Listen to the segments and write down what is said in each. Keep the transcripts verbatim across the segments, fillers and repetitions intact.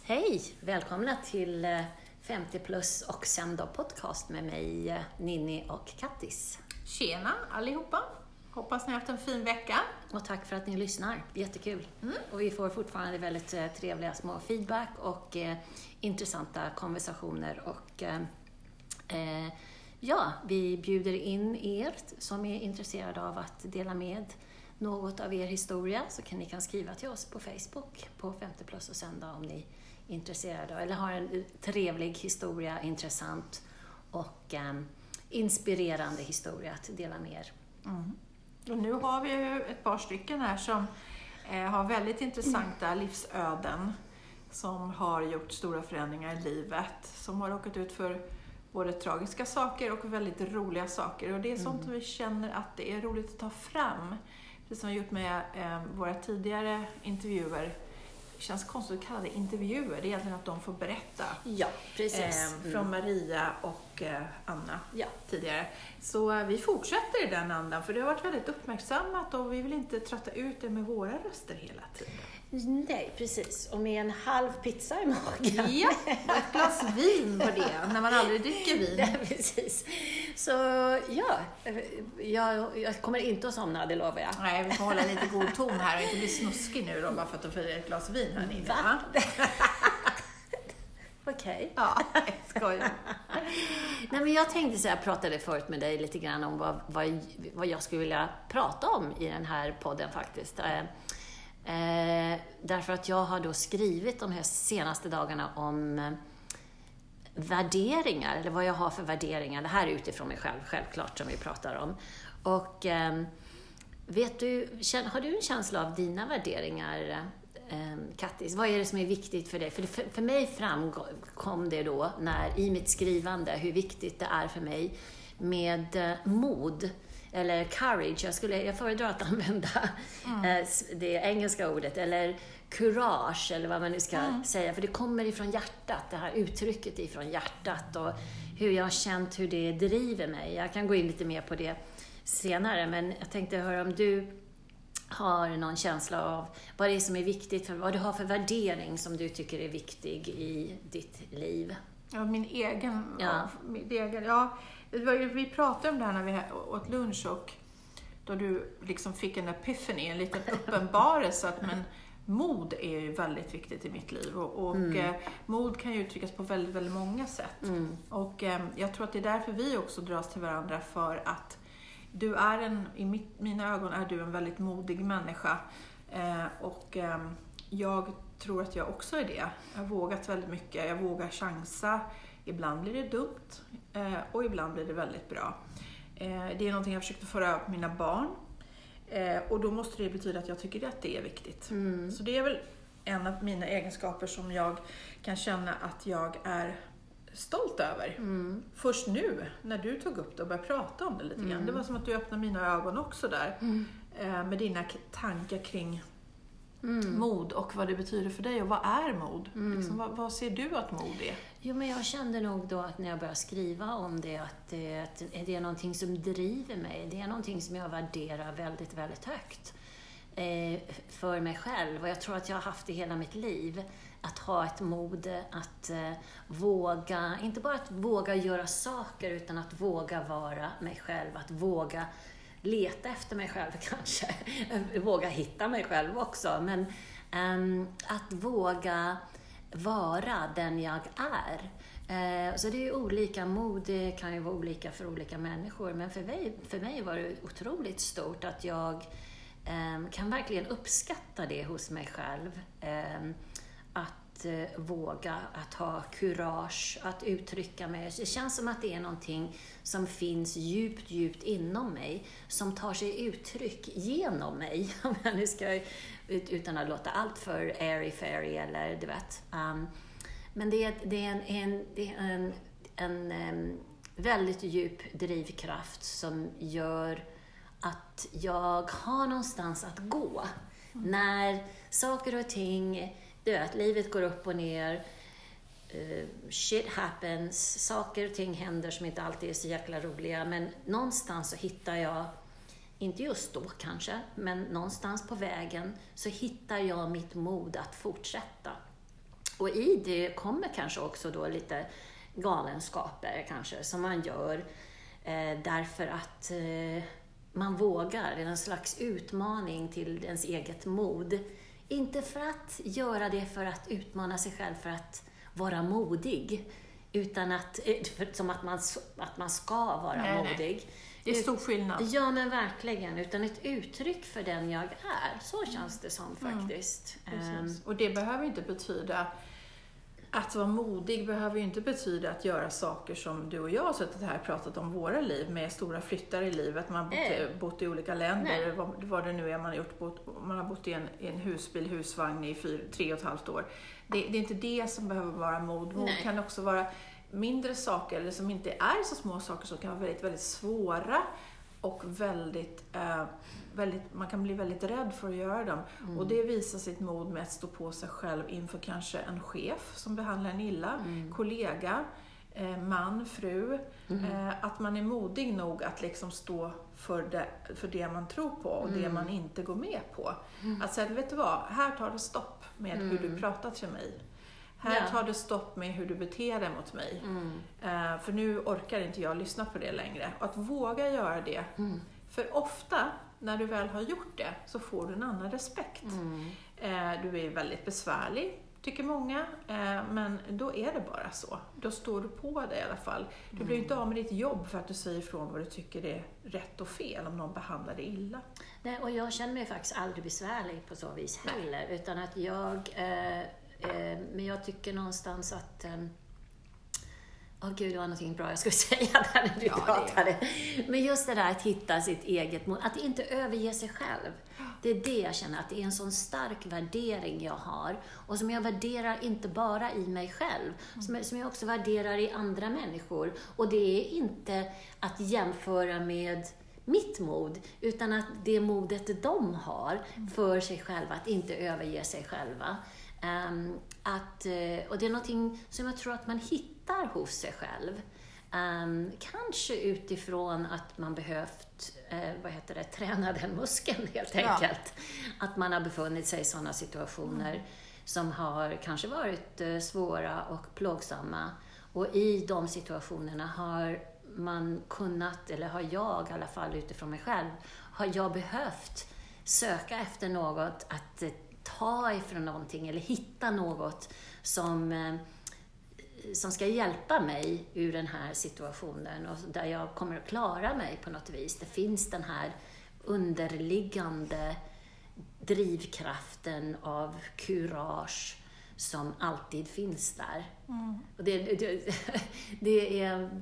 Hej! Välkomna till femtio plus och sen då podcast med mig, Ninni och Kattis. Tjena allihopa! Hoppas ni har haft en fin vecka. Och tack för att ni lyssnar. Jättekul. Mm. Och vi får fortfarande väldigt eh, trevliga små feedback och eh, intressanta konversationer. Och eh, eh, ja, vi bjuder in er som är intresserade av att dela med något av er historia. Så kan ni kan skriva till oss på Facebook på femtio plus och sen då om ni är intresserade. Eller har en trevlig historia, intressant och eh, inspirerande historia att dela med er. Mm. Och nu har vi ju ett par stycken här som eh, har väldigt intressanta mm. livsöden. Som har gjort stora förändringar i livet. Som har råkat ut för både tragiska saker och väldigt roliga saker. Och det är sånt mm. vi känner att det är roligt att ta fram. Precis som vi har gjort med eh, våra tidigare intervjuer. Det känns konstigt att kalla det intervjuer. Det är egentligen att de får berätta. Ja, precis. Eh, från mm. Maria och eh, Anna ja. tidigare. Så eh, vi fortsätter i den andan. För det har varit väldigt uppmärksammat. Och vi vill inte trötta ut er med våra röster hela tiden. Nej, precis. Och med en halv pizza i magen. Ja, och ett glas vin på det. När man aldrig dricker vin. Ja, precis. Så ja, jag, jag kommer inte att somna, det lovar jag. Nej, vi får hålla lite god ton här och inte bli snuskig nu då, bara för att de får ett glas vin här inne. Va? Okej. Okay. Ja, jag skojar. Nej, men jag tänkte så här, jag pratade förut med dig lite grann om vad, vad, vad jag skulle vilja prata om i den här podden faktiskt. Eh, därför att jag har då skrivit de här senaste dagarna om eh, värderingar, eller vad jag har för värderingar. Det här är utifrån mig själv, självklart, som vi pratar om. Och eh, vet du, har du en känsla av dina värderingar, eh, Kattis? Vad är det som är viktigt för dig? För, det, för, för mig framkom det då, när, i mitt skrivande, hur viktigt det är för mig med eh, mod. Eller courage, jag, skulle, jag föredrar att använda mm. det engelska ordet. Eller courage, eller vad man nu ska mm. säga. För det kommer ifrån hjärtat, det här uttrycket ifrån hjärtat. Och hur jag har känt hur det driver mig. Jag kan gå in lite mer på det senare. Men jag tänkte höra om du har någon känsla av vad det är som är viktigt. För vad du har för värdering som du tycker är viktig i ditt liv. Ja, min egen... Ja. Ja, min egen, ja. Vi pratade om det här när vi åt lunch och då du liksom fick en epiphany, en liten uppenbarelse att men mod är ju väldigt viktigt i mitt liv och, och mm. eh, mod kan ju uttryckas på väldigt, väldigt många sätt. Mm. Och eh, jag tror att det är därför vi också dras till varandra, för att du är en, i mitt, mina ögon är du en väldigt modig människa eh, och eh, jag tror att jag också är det. Jag har vågat väldigt mycket, jag vågar chansa. Ibland blir det dumt eh, och ibland blir det väldigt bra. Eh, det är någonting jag försökt föra över på mina barn. Eh, och då måste det betyda att jag tycker att det är viktigt. Mm. Så det är väl en av mina egenskaper som jag kan känna att jag är stolt över. Mm. Först nu, när du tog upp det och började prata om det lite grann. Mm. Det var som att du öppnade mina ögon också där. Mm. Eh, med dina tankar kring Mm. mod och vad det betyder för dig och vad är mod? Mm. Liksom, vad, vad ser du att mod är? Jo, men jag kände nog då att när jag började skriva om det att det, att det är någonting som driver mig. Det är någonting som jag värderar väldigt, väldigt högt eh, för mig själv. Och jag tror att jag har haft det hela mitt liv. Att ha ett mod att eh, våga, inte bara att våga göra saker utan att våga vara mig själv. Att våga leta efter mig själv kanske. Våga hitta mig själv också. Men um, att våga vara den jag är. Uh, så det är ju olika. Mod kan ju vara olika för olika människor. Men för mig, för mig var det otroligt stort att jag um, kan verkligen uppskatta det hos mig själv. Um, att uh, våga, att ha kurage, att uttrycka mig. Det känns som att det är någonting som finns djupt, djupt inom mig, som tar sig uttryck genom mig, om jag nu ska, utan att låta allt för airy-fairy eller du vet. Um, men det är, det är, en, en, det är en, en um, väldigt djup drivkraft som gör att jag har någonstans att gå. Mm. När saker och ting, du vet, livet går upp och ner, Uh, shit happens, saker och ting händer som inte alltid är så jäkla roliga, men någonstans så hittar jag, inte just då kanske, men någonstans på vägen så hittar jag mitt mod att fortsätta. Och i det kommer kanske också då lite galenskaper kanske som man gör eh, därför att eh, man vågar. Det är en slags utmaning till ens eget mod. Inte för att göra det för att utmana sig själv för att vara modig. Utan att, som att man, att man ska vara nej, modig. Nej. Det är stor skillnad. Ja, men verkligen. Utan ett uttryck för den jag är. Så känns det som faktiskt. Mm. Um, och det behöver inte betyda... Att vara modig behöver ju inte betyda att göra saker som du och jag har suttit här och pratat om våra liv. Med stora flyttar i livet. Man har bott, bott i olika länder. Vad, vad det nu är man har gjort. Bott, man har bott i en, i en husbil, husvagn i fyra, tre och ett halvt år. Det, det är inte det som behöver vara mod. Mod nej. Kan också vara mindre saker. Eller som inte är så små saker som kan vara väldigt, väldigt svåra. Och väldigt, eh, väldigt, man kan bli väldigt rädd för att göra dem. Mm. Och det visar sitt mod med att stå på sig själv inför kanske en chef som behandlar en illa. Mm. Kollega, eh, man, fru. Mm. Eh, att man är modig nog att liksom stå för det, för det man tror på och mm. det man inte går med på. Mm. Att säga, vet du vad, här tar det stopp med mm. hur du pratar till mig. Här ja. Tar det stopp med hur du beter dig mot mig. Mm. Uh, för nu orkar inte jag lyssna på det längre. Och att våga göra det. Mm. För ofta, när du väl har gjort det, så får du en annan respekt. Mm. Uh, du är väldigt besvärlig, tycker många. Uh, men då är det bara så. Då står du på det i alla fall. Du blir mm. inte av med ditt jobb för att du säger ifrån vad du tycker är rätt och fel om någon behandlar dig illa. Nej, och jag känner mig faktiskt aldrig besvärlig på så vis heller. Nej. Utan att jag... Uh... Men jag tycker någonstans att... Åh oh gud, det var någonting bra jag skulle säga där när du ja, pratade. Det. Men just det där att hitta sitt eget mål. Att inte överge sig själv. Det är det jag känner. Att det är en sån stark värdering jag har. Och som jag värderar inte bara i mig själv. Mm. Som jag också värderar i andra människor. Och det är inte att jämföra med... mitt mod, utan att det modet de har för sig själva, att inte överge sig själva. Um, att, och det är någonting som jag tror att man hittar hos sig själv. Um, kanske utifrån att man behövt uh, vad heter det, träna den muskeln helt enkelt. Ja. Att man har befunnit sig i sådana situationer mm. som har kanske varit uh, svåra och plågsamma. Och i de situationerna har man kunnat, eller har jag i alla fall utifrån mig själv, har jag behövt söka efter något att ta ifrån någonting eller hitta något som, som ska hjälpa mig ur den här situationen och där jag kommer att klara mig på något vis. Det finns den här underliggande drivkraften av kurage som alltid finns där. Mm. Och det, det, det är...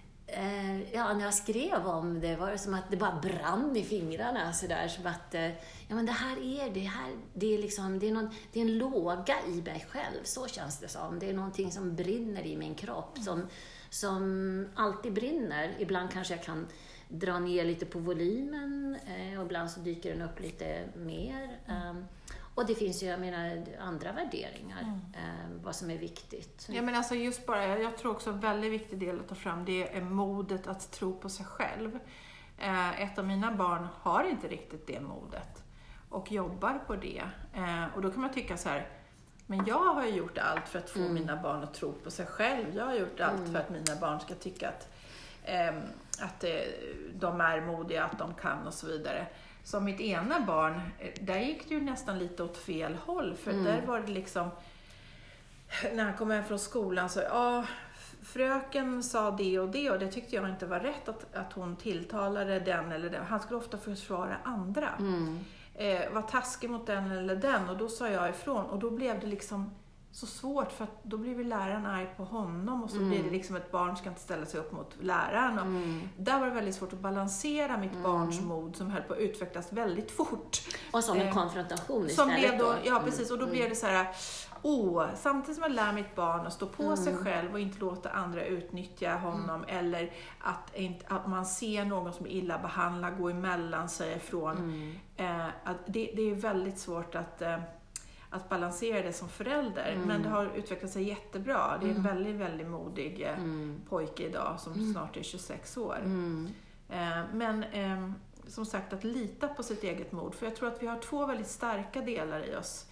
Ja, när jag skrev om det var det som att det bara brann i fingrarna så där, som att ja, men det här är det här det är liksom det är någon, det är en låga i mig själv, så känns det som. Det är någonting som brinner i min kropp som som alltid brinner. Ibland kanske jag kan dra ner lite på volymen och ibland så dyker den upp lite mer. Mm. Och det finns ju, jag menar, andra värderingar, mm. eh, vad som är viktigt. Ja, men alltså just bara, jag tror också en väldigt viktig del att ta fram, det är modet att tro på sig själv. Eh, ett av mina barn har inte riktigt det modet och jobbar på det. Eh, och då kan man tycka så här, men jag har gjort allt för att få mm. mina barn att tro på sig själv. Jag har gjort allt mm. för att mina barn ska tycka att, eh, att eh, de är modiga, att de kan och så vidare. Som mitt ena barn, där gick det ju nästan lite åt fel håll. För mm. där var det liksom, när han kom hem från skolan så, ja, fröken sa det och det och det tyckte jag inte var rätt att, att hon tilltalade den eller den. Han skulle ofta försvara andra. Mm. Eh, var taskig mot den eller den och då sa jag ifrån. Och då blev det liksom så svårt för att då blir läraren arg på honom och så mm. blir det liksom ett barn ska inte ställa sig upp mot läraren. Och mm. där var det väldigt svårt att balansera mitt mm. barns mod som höll på att utvecklas väldigt fort. Och som en konfrontation som blev då, ja precis, och då mm. blev det så här, åh, samtidigt som jag lär mitt barn att stå på mm. sig själv och inte låta andra utnyttja honom mm. eller att, att man ser någon som är illa behandlad gå emellan sig ifrån. Mm. Eh, att det, det är väldigt svårt att eh, att balansera det som förälder. Mm. Men det har utvecklat sig jättebra. Det är en mm. väldigt, väldigt modig mm. pojke idag som mm. snart är tjugosex år. Mm. Eh, men eh, som sagt, att lita på sitt eget mod. För jag tror att vi har två väldigt starka delar i oss.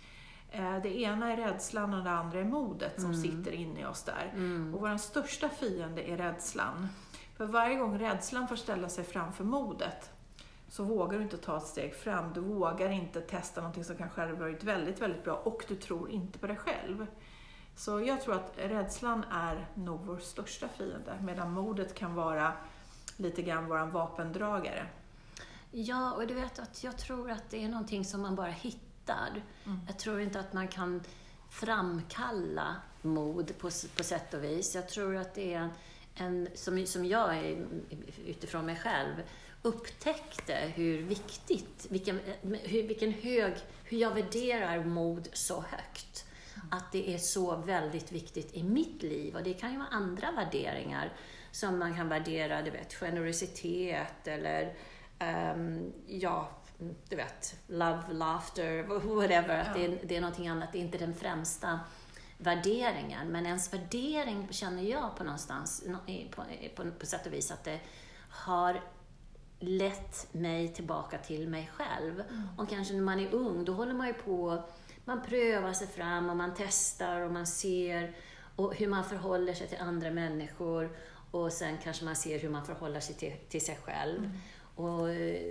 Det ena är rädslan och det andra är modet som Mm. sitter inne i oss där. Mm. Och vår största fiende är rädslan. För varje gång rädslan får ställa sig framför modet så vågar du inte ta ett steg fram. Du vågar inte testa någonting som kanske hade varit väldigt, väldigt bra och du tror inte på dig själv. Så jag tror att rädslan är nog vår största fiende, medan modet kan vara lite grann vår vapendragare. Ja, och du vet att jag tror att det är någonting som man bara hittar. Mm. Jag tror inte att man kan framkalla mod på, på sätt och vis. Jag tror att det är en, en som, som jag är, utifrån mig själv upptäckte hur viktigt, vilken, hur, vilken hög, hur jag värderar mod så högt. Mm. Att det är så väldigt viktigt i mitt liv. Och det kan ju vara andra värderingar som man kan värdera, du vet, generositet eller um, ja, du vet, love, laughter, whatever. Att det, är, det är någonting annat, det är inte den främsta värderingen. Men ens värdering känner jag på någonstans, på, på, på sätt och vis, att det har lett mig tillbaka till mig själv. Mm. Och kanske när man är ung, då håller man ju på, man prövar sig fram och man testar och man ser och hur man förhåller sig till andra människor. Och sen kanske man ser hur man förhåller sig till, till sig själv. Mm. Och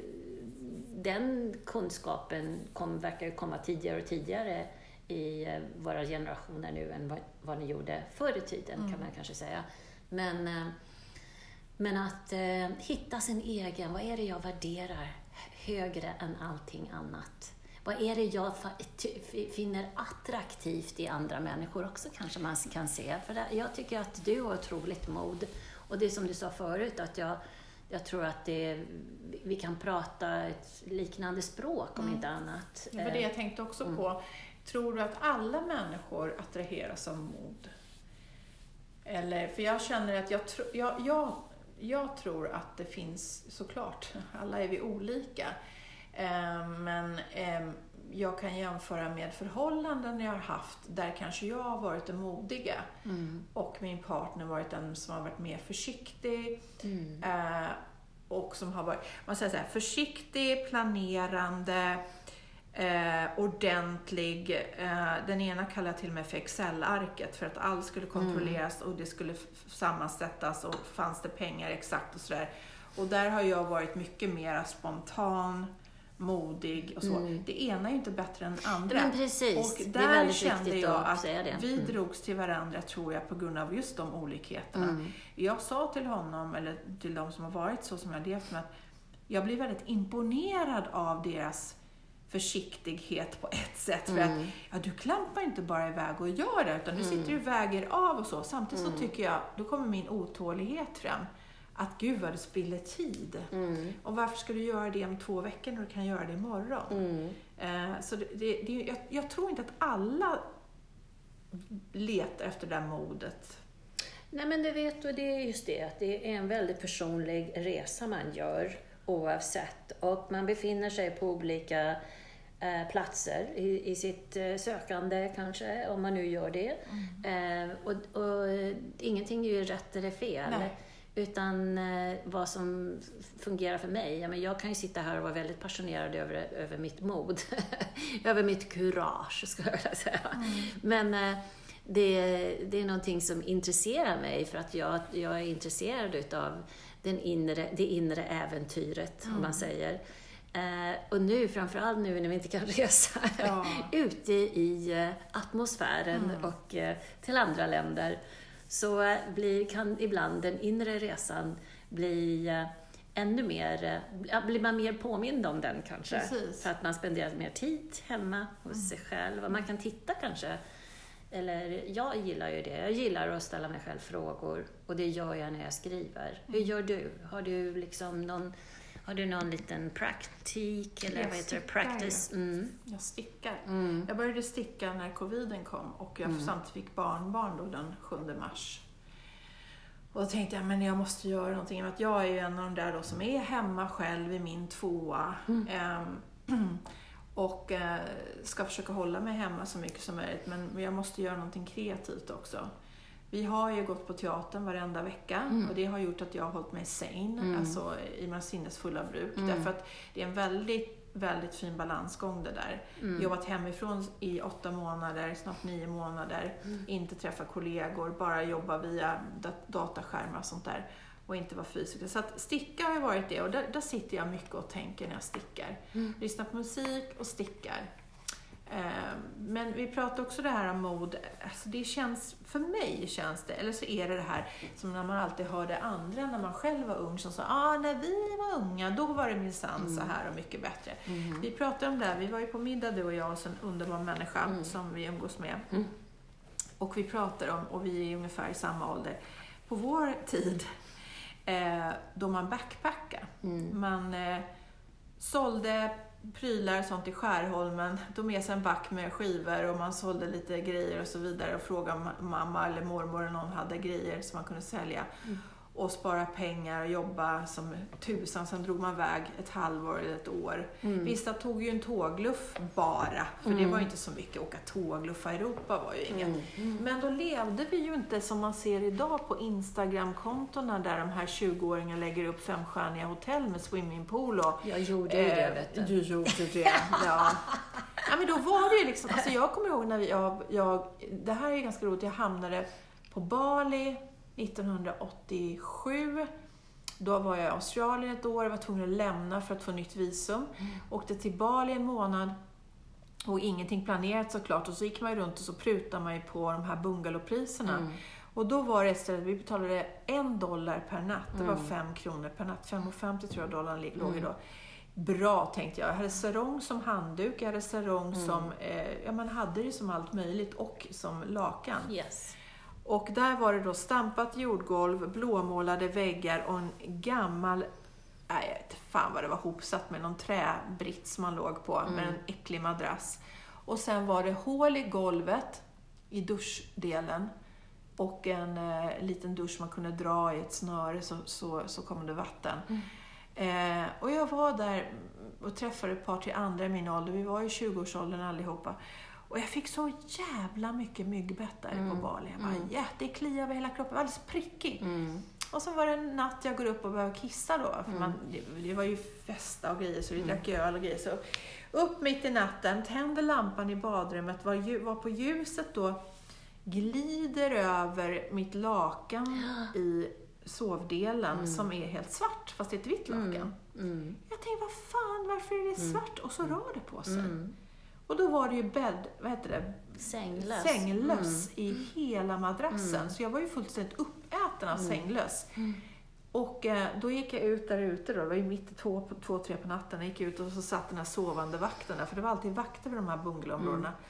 den kunskapen kom, verkar komma tidigare och tidigare i våra generationer nu än vad, vad ni gjorde förr i tiden, mm. kan man kanske säga. Men, men att eh, hitta sin egen, vad är det jag värderar högre än allting annat? Vad är det jag finner attraktivt i andra människor också, kanske man kan se. För det, jag tycker att du har otroligt mod. Och det som du sa förut, att jag, jag tror att det, vi kan prata ett liknande språk om mm. inte annat. Det var det jag tänkte också mm. på. Tror du att alla människor attraheras av mod? Eller, för jag känner att jag, tro, jag, jag, jag tror att det finns, såklart, alla är vi olika. Eh, men eh, jag kan jämföra med förhållanden jag har haft där kanske jag har varit den modiga mm. och min partner varit den som har varit mer försiktig mm. eh, och som har varit, man säger så här, försiktig, planerande, eh, ordentlig. Eh, den ena kallar jag till och med för Excel-arket för att allt skulle kontrolleras mm. och det skulle f- sammansättas och fanns det pengar exakt och sådär. Och där har jag varit mycket mer spontan, modig och så. Mm. Det ena är ju inte bättre än andra. Men precis, och där det är väldigt kände viktigt jag att att säga det. vi mm. drogs till varandra, tror jag, på grund av just de olikheterna. Mm. Jag sa till honom, eller till de som har varit så som jag levt med, att jag blir väldigt imponerad av deras försiktighet på ett sätt. Mm. För att ja, du klampar inte bara iväg och gör det, utan du mm. sitter och väger av och så. Samtidigt mm. så tycker jag, då kommer min otålighet fram. Att gud vad du spiller tid. Mm. Och varför ska du göra det om två veckor när du kan göra det imorgon? Mm. Eh, så det, det, det, jag, jag tror inte att alla letar efter det där modet. Nej, men du vet, och det är just det, att det är en väldigt personlig resa man gör oavsett. Och man befinner sig på olika eh, platser i, i sitt eh, sökande kanske, om man nu gör det. Mm. Eh, och, och ingenting är ju rätt eller fel. Nej. Utan eh, vad som fungerar för mig. Ja, men jag kan ju sitta här och vara väldigt passionerad över, över mitt mod. över mitt kurage, ska jag vilja säga. Mm. Men eh, det, det är någonting som intresserar mig. För att jag, jag är intresserad av den inre, det inre äventyret, mm. om man säger. Eh, och nu, framförallt nu när vi inte kan resa, ja. ute i eh, atmosfären mm. och eh, till andra länder. Så blir, kan ibland den inre resan bli eh, ännu mer, eh, blir man mer påmind om den kanske. Precis. För att man spenderar mer tid hemma hos mm. sig själv. Och man kan titta kanske, eller jag gillar ju det. Jag gillar att ställa mig själv frågor. Och det gör jag när jag skriver. Mm. Hur gör du? Har du liksom någon... Har du någon liten praktik eller jag vad heter det? Practice? Mm. Jag stickar. Mm. Jag började sticka när coviden kom och jag mm. samtidigt fick barnbarn då den sjunde mars. Och då tänkte jag, men jag måste göra någonting. Att jag är ju en av de där då som är hemma själv i min tvåa. Mm. Um, och uh, ska försöka hålla mig hemma så mycket som möjligt. Men jag måste göra någonting kreativt också. Vi har ju gått på teatern varenda vecka mm. och det har gjort att jag har hållit mig sane, mm. alltså i mina sinnesfulla bruk. Mm. Därför att det är en väldigt väldigt fin balansgång det där. Mm. Jobbat hemifrån i åtta månader, snart nio månader. Mm. Inte träffa kollegor, bara jobba via dat- dataskärmar och sånt där. Och inte vara fysiker. Så att sticka har ju varit det. Och där, där sitter jag mycket och tänker när jag stickar. Mm. Lyssnar på musik och stickar. Men vi pratar också det här om mod, alltså det känns, för mig känns det, eller så är det det här som när man alltid hörde andra när man själv var ung som sa, ah, när vi var unga då var det minsann mm. så här och mycket bättre. Mm. Vi pratade om det här, vi var ju på middag du och jag och en underbar människa mm. som vi umgås med. Mm. Och vi pratar om, och vi är ungefär i samma ålder, på vår tid eh, då man backpackade. Mm. Man eh, sålde prylar och sånt i Skärholmen, tog med sig en back med skivor och man sålde lite grejer och så vidare och frågade mamma eller mormor eller någon hade grejer som man kunde sälja mm. och spara pengar och jobba som tusan, sen drog man iväg ett halvår eller ett år. Mm. Vissa tog ju en tågluff bara, för mm. det var ju inte så mycket, åka tågluffa i Europa var ju inget. Mm. Mm. Men då levde vi ju inte som man ser idag på Instagram-kontona där de här tjugo-åringarna lägger upp femstjärniga hotell med swimmingpool och... Jag gjorde ju eh, det, vet du. Du gjorde det, ja. Ja, men då var det ju liksom, alltså jag kommer ihåg när vi, jag, jag, det här är ju ganska roligt, jag hamnade på Bali nittonhundraåttiosju. Då var jag i Australien ett år och var tvungen att lämna för att få nytt visum. Mm. Åkte till Bali en månad och ingenting planerat såklart. Och så gick man ju runt och så prutade man ju på de här bungalowpriserna. Mm. Och då var det istället, vi betalade en dollar per natt. Det var mm. fem kronor per natt. fem femtio tror jag dollarn låg mm. då. Bra tänkte jag. Jag hade sarong som handduk, jag hade sarong mm. som, eh, ja man hade det som allt möjligt och som lakan. Yes. Och där var det då stampat jordgolv, blåmålade väggar och en gammal, nej jag vet inte fan vad det var hopsatt med, någon träbrits man låg på mm. med en äcklig madrass. Och sen var det hål i golvet i duschdelen och en eh, liten dusch man kunde dra i ett snöre så, så, så kom det vatten. Mm. Eh, och jag var där och träffade ett par till andra i min ålder, vi var i tjugoårsåldern allihopa. Och jag fick så jävla mycket myggbettar mm. på Bali. Jag var mm. jättekli över hela kroppen, alldeles prickig. Mm. Och så var det en natt jag går upp och behöver kissa då. För mm. man, det, det var ju festa och grejer så vi drack mm. öl och grejer. Så upp mitt i natten, tänder lampan i badrummet, var, var på ljuset då, glider över mitt lakan i sovdelen mm. som är helt svart, fast det är ett vitt lakan. Mm. Mm. Jag tänkte, vad fan, varför är det svart? Och så rör det på sig. Mm. Och då var det ju bädd, vad heter det? Sänglös. Sänglös mm. i hela madrassen. Mm. Så jag var ju fullständigt uppäten av mm. sänglös. Mm. Och eh, då gick jag ut där ute då. Det var ju mitt i två, två, tre på natten. Jag gick ut och så satt den här sovande vakten där. För det var alltid vakter vid de här bungalowområdena. Mm.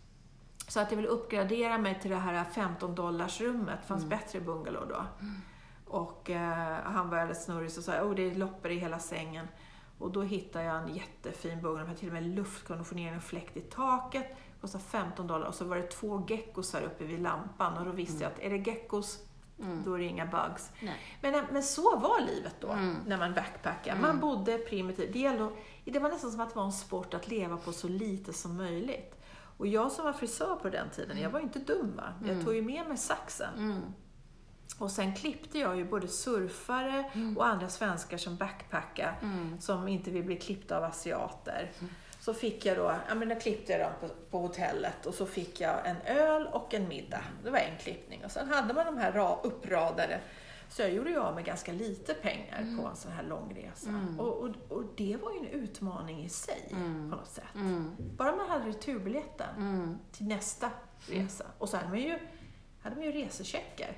Så att jag ville uppgradera mig till det här femton dollars rummet. Det fanns mm. bättre bungalow då. Mm. Och eh, han var alldeles snurrig och sa, åh det är loppor i hela sängen. Och då hittade jag en jättefin bungalow med till och med luftkonditionering och fläkt i taket. Det kostade femton dollar. Och så var det två geckos här uppe vid lampan. Och då visste mm. jag att är det geckos, mm. då är det inga bugs. Men, men så var livet då, mm. när man backpackade. Mm. Man bodde primitivt. Det, gällde, det var nästan som att det var en sport att leva på så lite som möjligt. Och jag som var frisör på den tiden, mm. jag var inte dum va? Jag mm. tog ju med mig saxen. Mm. Och sen klippte jag ju både surfare mm. och andra svenskar som backpackade mm. som inte vill bli klippta av asiater. Mm. Så fick jag då, ja men då klippte jag dem på, på hotellet och så fick jag en öl och en middag. Det var en klippning. Och sen hade man de här ra, uppradade. Så jag gjorde ju av med ganska lite pengar mm. på en sån här lång resa. Mm. Och, och, och det var ju en utmaning i sig mm. på något sätt. Mm. Bara man hade returbiljetten mm. till nästa resa. Och sen hade man ju, hade man ju resecheckar.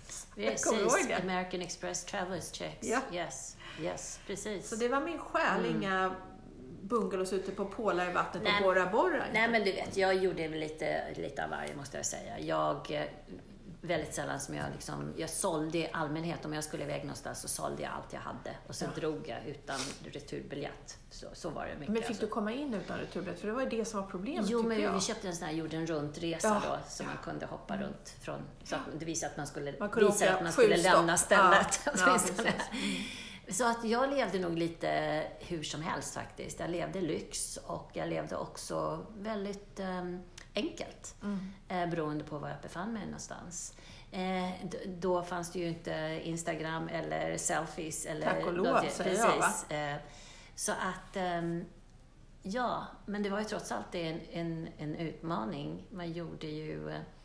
Precis, American Express Travelers Checks. Ja. Yes, yes, precis. Så det var min själ, mm. inga bungalows ute på pålar i vattnet och Bora Bora. Nej, men du vet, jag gjorde lite, lite av varje måste jag säga. Jag, väldigt sällan som jag liksom, jag sålde i allmänhet, om jag skulle iväg någonstans så sålde jag allt jag hade. Och sen ja. drog jag utan returbiljett. Så, så var det mycket. Men fick alltså. du komma in utan returbiljett? För det var ju det som var problemet. Jo, men jag. vi köpte en sån här jorden runt-resa ja. då. Så man kunde hoppa mm. runt från, så att det visade att man skulle, man visa att man skulle lämna stället. Ja. Ja, mm. Så att jag levde nog lite hur som helst faktiskt. Jag levde lyx och jag levde också väldigt um, enkelt. Mm. Eh, beroende på var jag befann mig någonstans. Eh, d- då fanns det ju inte Instagram eller selfies. Eller Tack och lov, säger jag va? Eh, så att um, Ja, men det var ju trots allt en, en, en utmaning. Man gjorde ju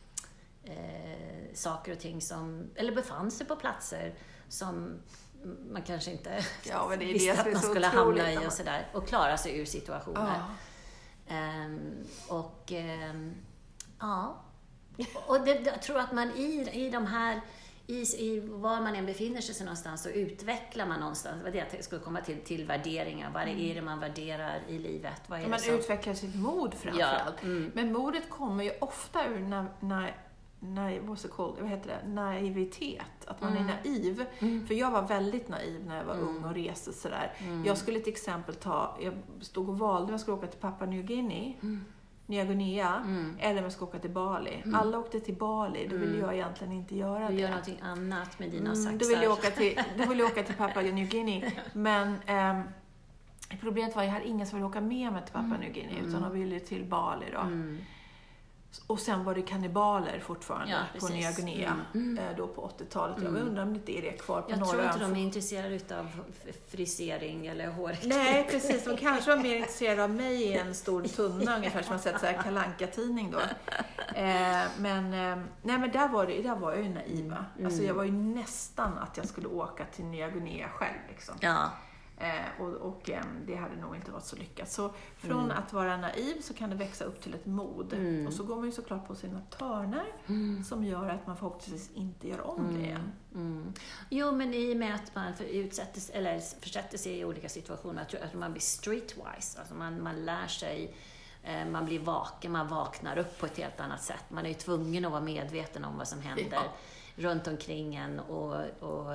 eh, saker och ting som, eller befann sig på platser som man kanske inte ja, men det är visste det att man skulle hamna i och sådär. Och klara sig ur situationer. Ja. Um, och um, ja, och det, jag tror att man i, i de här I, I var man än befinner sig någonstans så utvecklar man någonstans, vad det jag skulle komma till, till värderingar. Vad är det man värderar i livet? Vad är man det som... utvecklar sitt mod framförallt. Ja. Mm. Men modet kommer ju ofta ur na, na, na, what's it called? Vad heter det? Naivitet. Att man mm. är naiv. Mm. För jag var väldigt naiv när jag var mm. ung och reste sådär. Mm. Jag skulle till exempel ta, jag stod och valde om jag skulle åka till Papua New Guinea. Mm. Nya Guinea, mm. eller om jag ska åka till Bali. Mm. Alla åkte till Bali, då ville mm. jag egentligen inte göra du det. Gör någonting annat med dina mm, saxar. Då ville jag åka till, då ville jag åka till Papua New Guinea. Men ähm, problemet var att jag hade ingen som ville åka med mig till Papua mm. New Guinea, utan de ville till Bali då. Mm. Och sen var det kannibaler fortfarande ja, på Nya Guinea mm. Mm. då på åttiotalet. Jag undrar om det är det kvar på jag norra. Jag tror inte de är intresserade av frisering eller hårklipp. Nej, precis. De kanske var mer intresserade av mig i en stor tunna, ungefär som man sett så här Kalle Anka-tidning då. Eh, men, eh, nej, men där var, det, där var jag ju naiva. Mm. Alltså jag var ju nästan att jag skulle åka till Nya Guinea själv. Liksom. Ja. Eh, och och eh, det hade nog inte varit så lyckat. Så från mm. att vara naiv så kan det växa upp till ett mod. Mm. Och så går man ju såklart på sina törnar mm. som gör att man förhoppningsvis inte gör om mm. det igen. Mm. Jo, men i och med att man utsätter, eller försätter sig i olika situationer, jag tror att man blir streetwise. Alltså man, man lär sig, eh, man blir vaken, man vaknar upp på ett helt annat sätt. Man är ju tvungen att vara medveten om vad som händer ja. runt omkring en och, och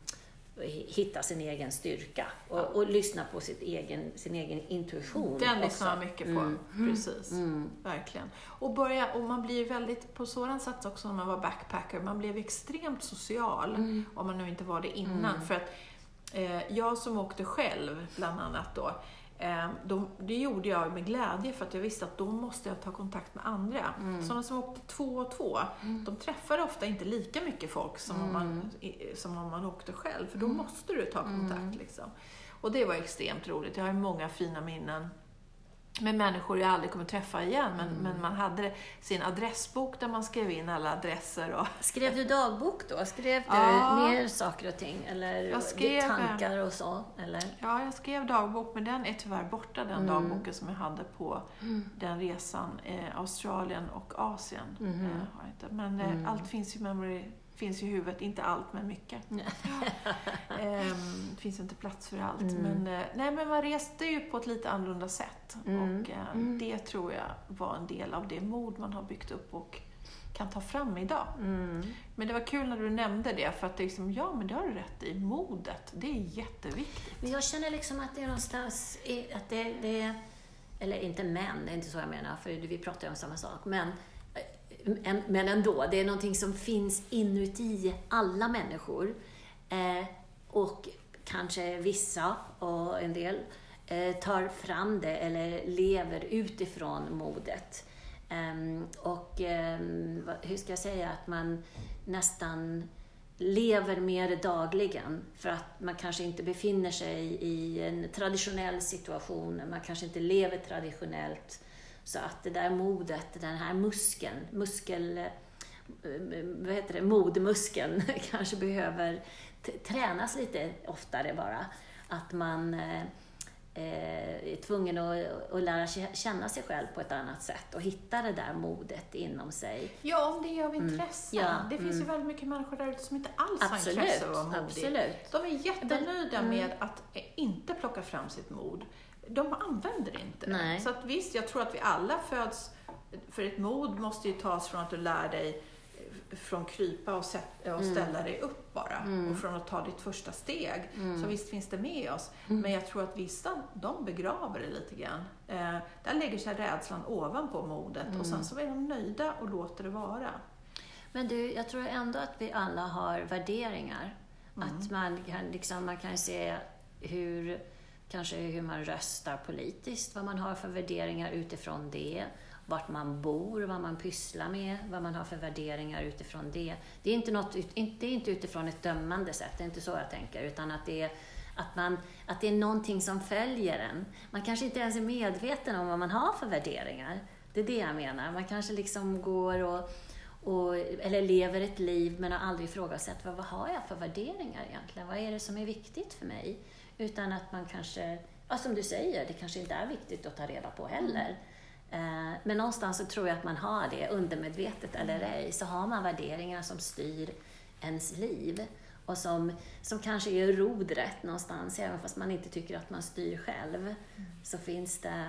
hitta sin egen styrka och, ja. och lyssna på sitt egen, sin egen intuition. Den lyssnar man mycket på, mm. precis. Mm. Verkligen. Och, börja, och man blir väldigt, på sådan sätt också när man var backpacker, man blev extremt social mm. om man nu inte var det innan. Mm. För att eh, jag som åkte själv bland annat då, eh, de, det gjorde jag med glädje för att jag visste att då måste jag ta kontakt med andra. Mm. Sådana som åkte två och två, mm. de träffade ofta inte lika mycket folk som, mm. om, man, som om man åkte själv. För då mm. måste du ta kontakt. Mm. Liksom. Och det var extremt roligt. Jag har många fina minnen med människor jag aldrig kommer träffa igen. Men, mm. men man hade sin adressbok där man skrev in alla adresser. Och... Skrev du dagbok då? Skrev du ja. ner saker och ting? Eller jag skrev, tankar och så? Eller? Ja, jag skrev dagbok. Men den är tyvärr borta, den mm. dagboken som jag hade på mm. den resan. Eh, Australien och Asien. Mm. Eh, har inte. Men eh, mm. allt finns ju memory... finns i huvudet, inte allt men mycket. ehm, det finns inte plats för allt. Mm. Men, nej, men man reste ju på ett lite annorlunda sätt. Mm. Och eh, mm. det tror jag var en del av det mod man har byggt upp och kan ta fram idag. Mm. Men det var kul när du nämnde det, för att det liksom, ja men det har du rätt i, modet, det är jätteviktigt. Men jag känner liksom att det är någonstans, att det, det eller inte men, det är inte så jag menar, för vi pratar ju om samma sak, men Men ändå, det är någonting som finns inuti alla människor. Eh, och kanske vissa och en del eh, tar fram det eller lever utifrån modet. Eh, och eh, hur ska jag säga, att man nästan lever med det dagligen. För att man kanske inte befinner sig i en traditionell situation. Man kanske inte lever traditionellt. Så att det där modet, den här muskeln, muskel, vad heter det, modmuskeln kanske behöver t- tränas lite oftare bara. Att man eh, är tvungen att, att lära sig känna sig själv på ett annat sätt och hitta det där modet inom sig. Ja, om det är av intresse. Mm. Ja, det finns mm. ju väldigt mycket människor där ute som inte alls absolut, har intresse av att vara modig. Absolut. De är jättenöjda mm. med att inte plocka fram sitt mod. De använder inte det. Så att visst, jag tror att vi alla föds, för ett mod måste ju tas från att du lär dig från krypa och, sätta, och ställa mm. dig upp bara. Mm. Och från att ta ditt första steg. Mm. Så visst finns det med oss. Mm. Men jag tror att vissa, de begraver det lite grann. Eh, där lägger sig rädslan ovanpå modet. Mm. Och sen så är de nöjda och låter det vara. Men du, jag tror ändå att vi alla har värderingar. Mm. Att man kan, liksom, man kan se hur... Kanske hur man röstar politiskt, vad man har för värderingar utifrån det, vart man bor, vad man pysslar med, vad man har för värderingar utifrån det. Det är inte, något, det är inte utifrån ett dömande sätt, det är inte så jag tänker, utan att det är Att, man, att det är någonting som följer en. Man kanske inte ens är medveten om vad man har för värderingar. Det är det jag menar. Man kanske liksom går och, och eller lever ett liv men har aldrig ifrågasatt vad, vad har jag för värderingar egentligen? Vad är det som är viktigt för mig? Utan att man kanske, ja, som du säger, det kanske inte är viktigt att ta reda på heller. Mm. Men någonstans så tror jag att man har det, undermedvetet eller ej, så har man värderingar som styr ens liv. Och som, som kanske är rodrätt någonstans, även fast man inte tycker att man styr själv. Mm. Så finns det,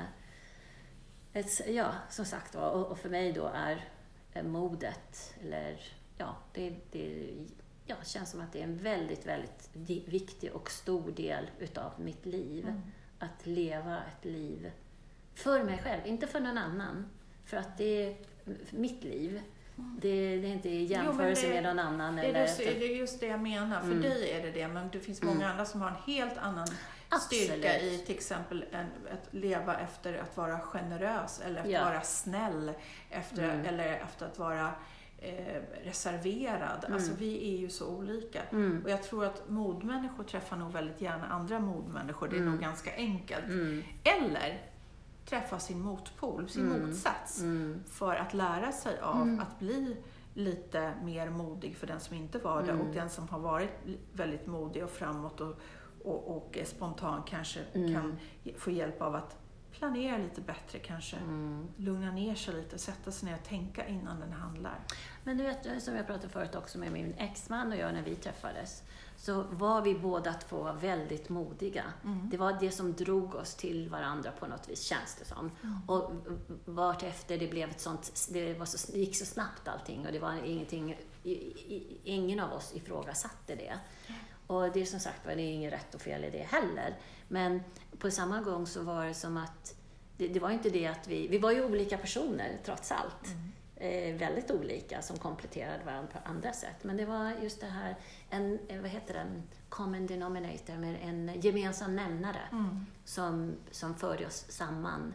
ett, ja, som sagt, och, och för mig då är modet, eller ja, det, det ja, känns som att det är en väldigt, väldigt viktig och stor del utav mitt liv. Mm. Att leva ett liv för mig själv, inte för någon annan. För att det är mitt liv. Mm. Det, det är inte i jämförelse jo, det, med någon annan. Det, eller är just, det är just det jag menar. För mm. dig är det det, men det finns många mm. andra som har en helt annan Absolut. styrka i till exempel en, att leva efter att vara generös eller att ja. vara snäll efter, mm. eller efter att vara eh, reserverad. Mm. Alltså vi är ju så olika. Mm. Och jag tror att modmänniskor träffar nog väldigt gärna andra modmänniskor. Det är mm. nog ganska enkelt. Mm. Eller träffa sin motpol, sin mm. motsats. Mm. För att lära sig av mm. att bli lite mer modig för den som inte var det. Mm. Och den som har varit väldigt modig och framåt och, och, och spontan kanske mm. kan få hjälp av att planera lite bättre kanske. Mm. Lugna ner sig lite, sätta sig ner och tänka innan den handlar. Men du vet, som jag pratade förut också med min exman och jag när vi träffades, så var vi båda två väldigt modiga. Mm. Det var det som drog oss till varandra på något vis, känns det som. Mm. Och vart efter det blev ett sånt, det, var så, det gick så snabbt allting och det var ingenting, ingen av oss ifrågasatte det. Mm. Och det är som sagt, det är inget rätt och fel i det heller. Men på samma gång så var det som att, det, det var inte det att vi, vi var ju olika personer trots allt. Mm. Eh, väldigt olika som kompletterade varandra på andra sätt. Men det var just det här, en, vad heter det, en common denominator, med en gemensam nämnare mm. som, som förde oss samman.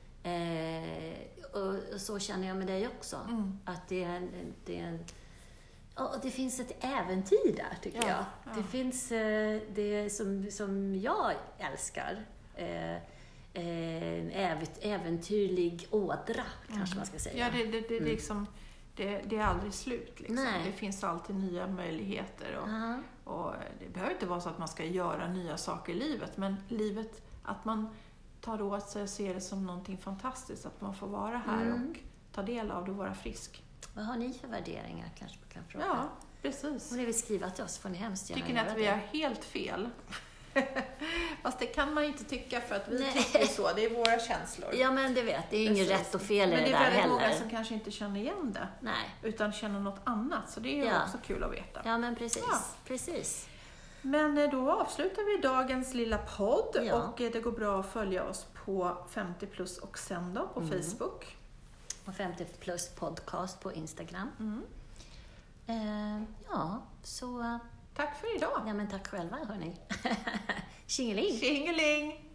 Eh, och, och så känner jag med dig också. Mm. Att det är, det är och det finns ett äventyr där, tycker ja, jag. Ja. Det finns eh, det som, som jag älskar. Eh, En äventyrlig ådra, mm. kanske man ska säga. Ja, det, det, det, mm. liksom, det, det är aldrig slut. Liksom. Det finns alltid nya möjligheter. Och, uh-huh. och det behöver inte vara så att man ska göra nya saker i livet. Men livet, att man tar åt sig och ser det som någonting fantastiskt. Att man får vara här mm. och ta del av det och vara frisk. Vad har ni för värderingar, kanske man kan fråga? Ja, precis. Om ni vill skriva till oss får ni hemskt gärna göra det. Tycker ni att vi har helt fel? Fast det kan man inte tycka, för att vi Nej. tycker så. Det är våra känslor. Ja, men det vet. Det är ju inget rätt och fel i det där heller. Men det är väldigt många som kanske inte känner igen det. Nej. Utan känner något annat. Så det är ju ja. också kul att veta. Ja, men precis. Ja. precis. Men då avslutar vi dagens lilla podd. Ja. Och det går bra att följa oss på femtio plus och sen då på mm. Facebook. Och femtio plus podcast på Instagram. Mm. Eh, ja, så... Tack för idag. Ja, men tack själva, hörni. Tjingeling. Tjingeling.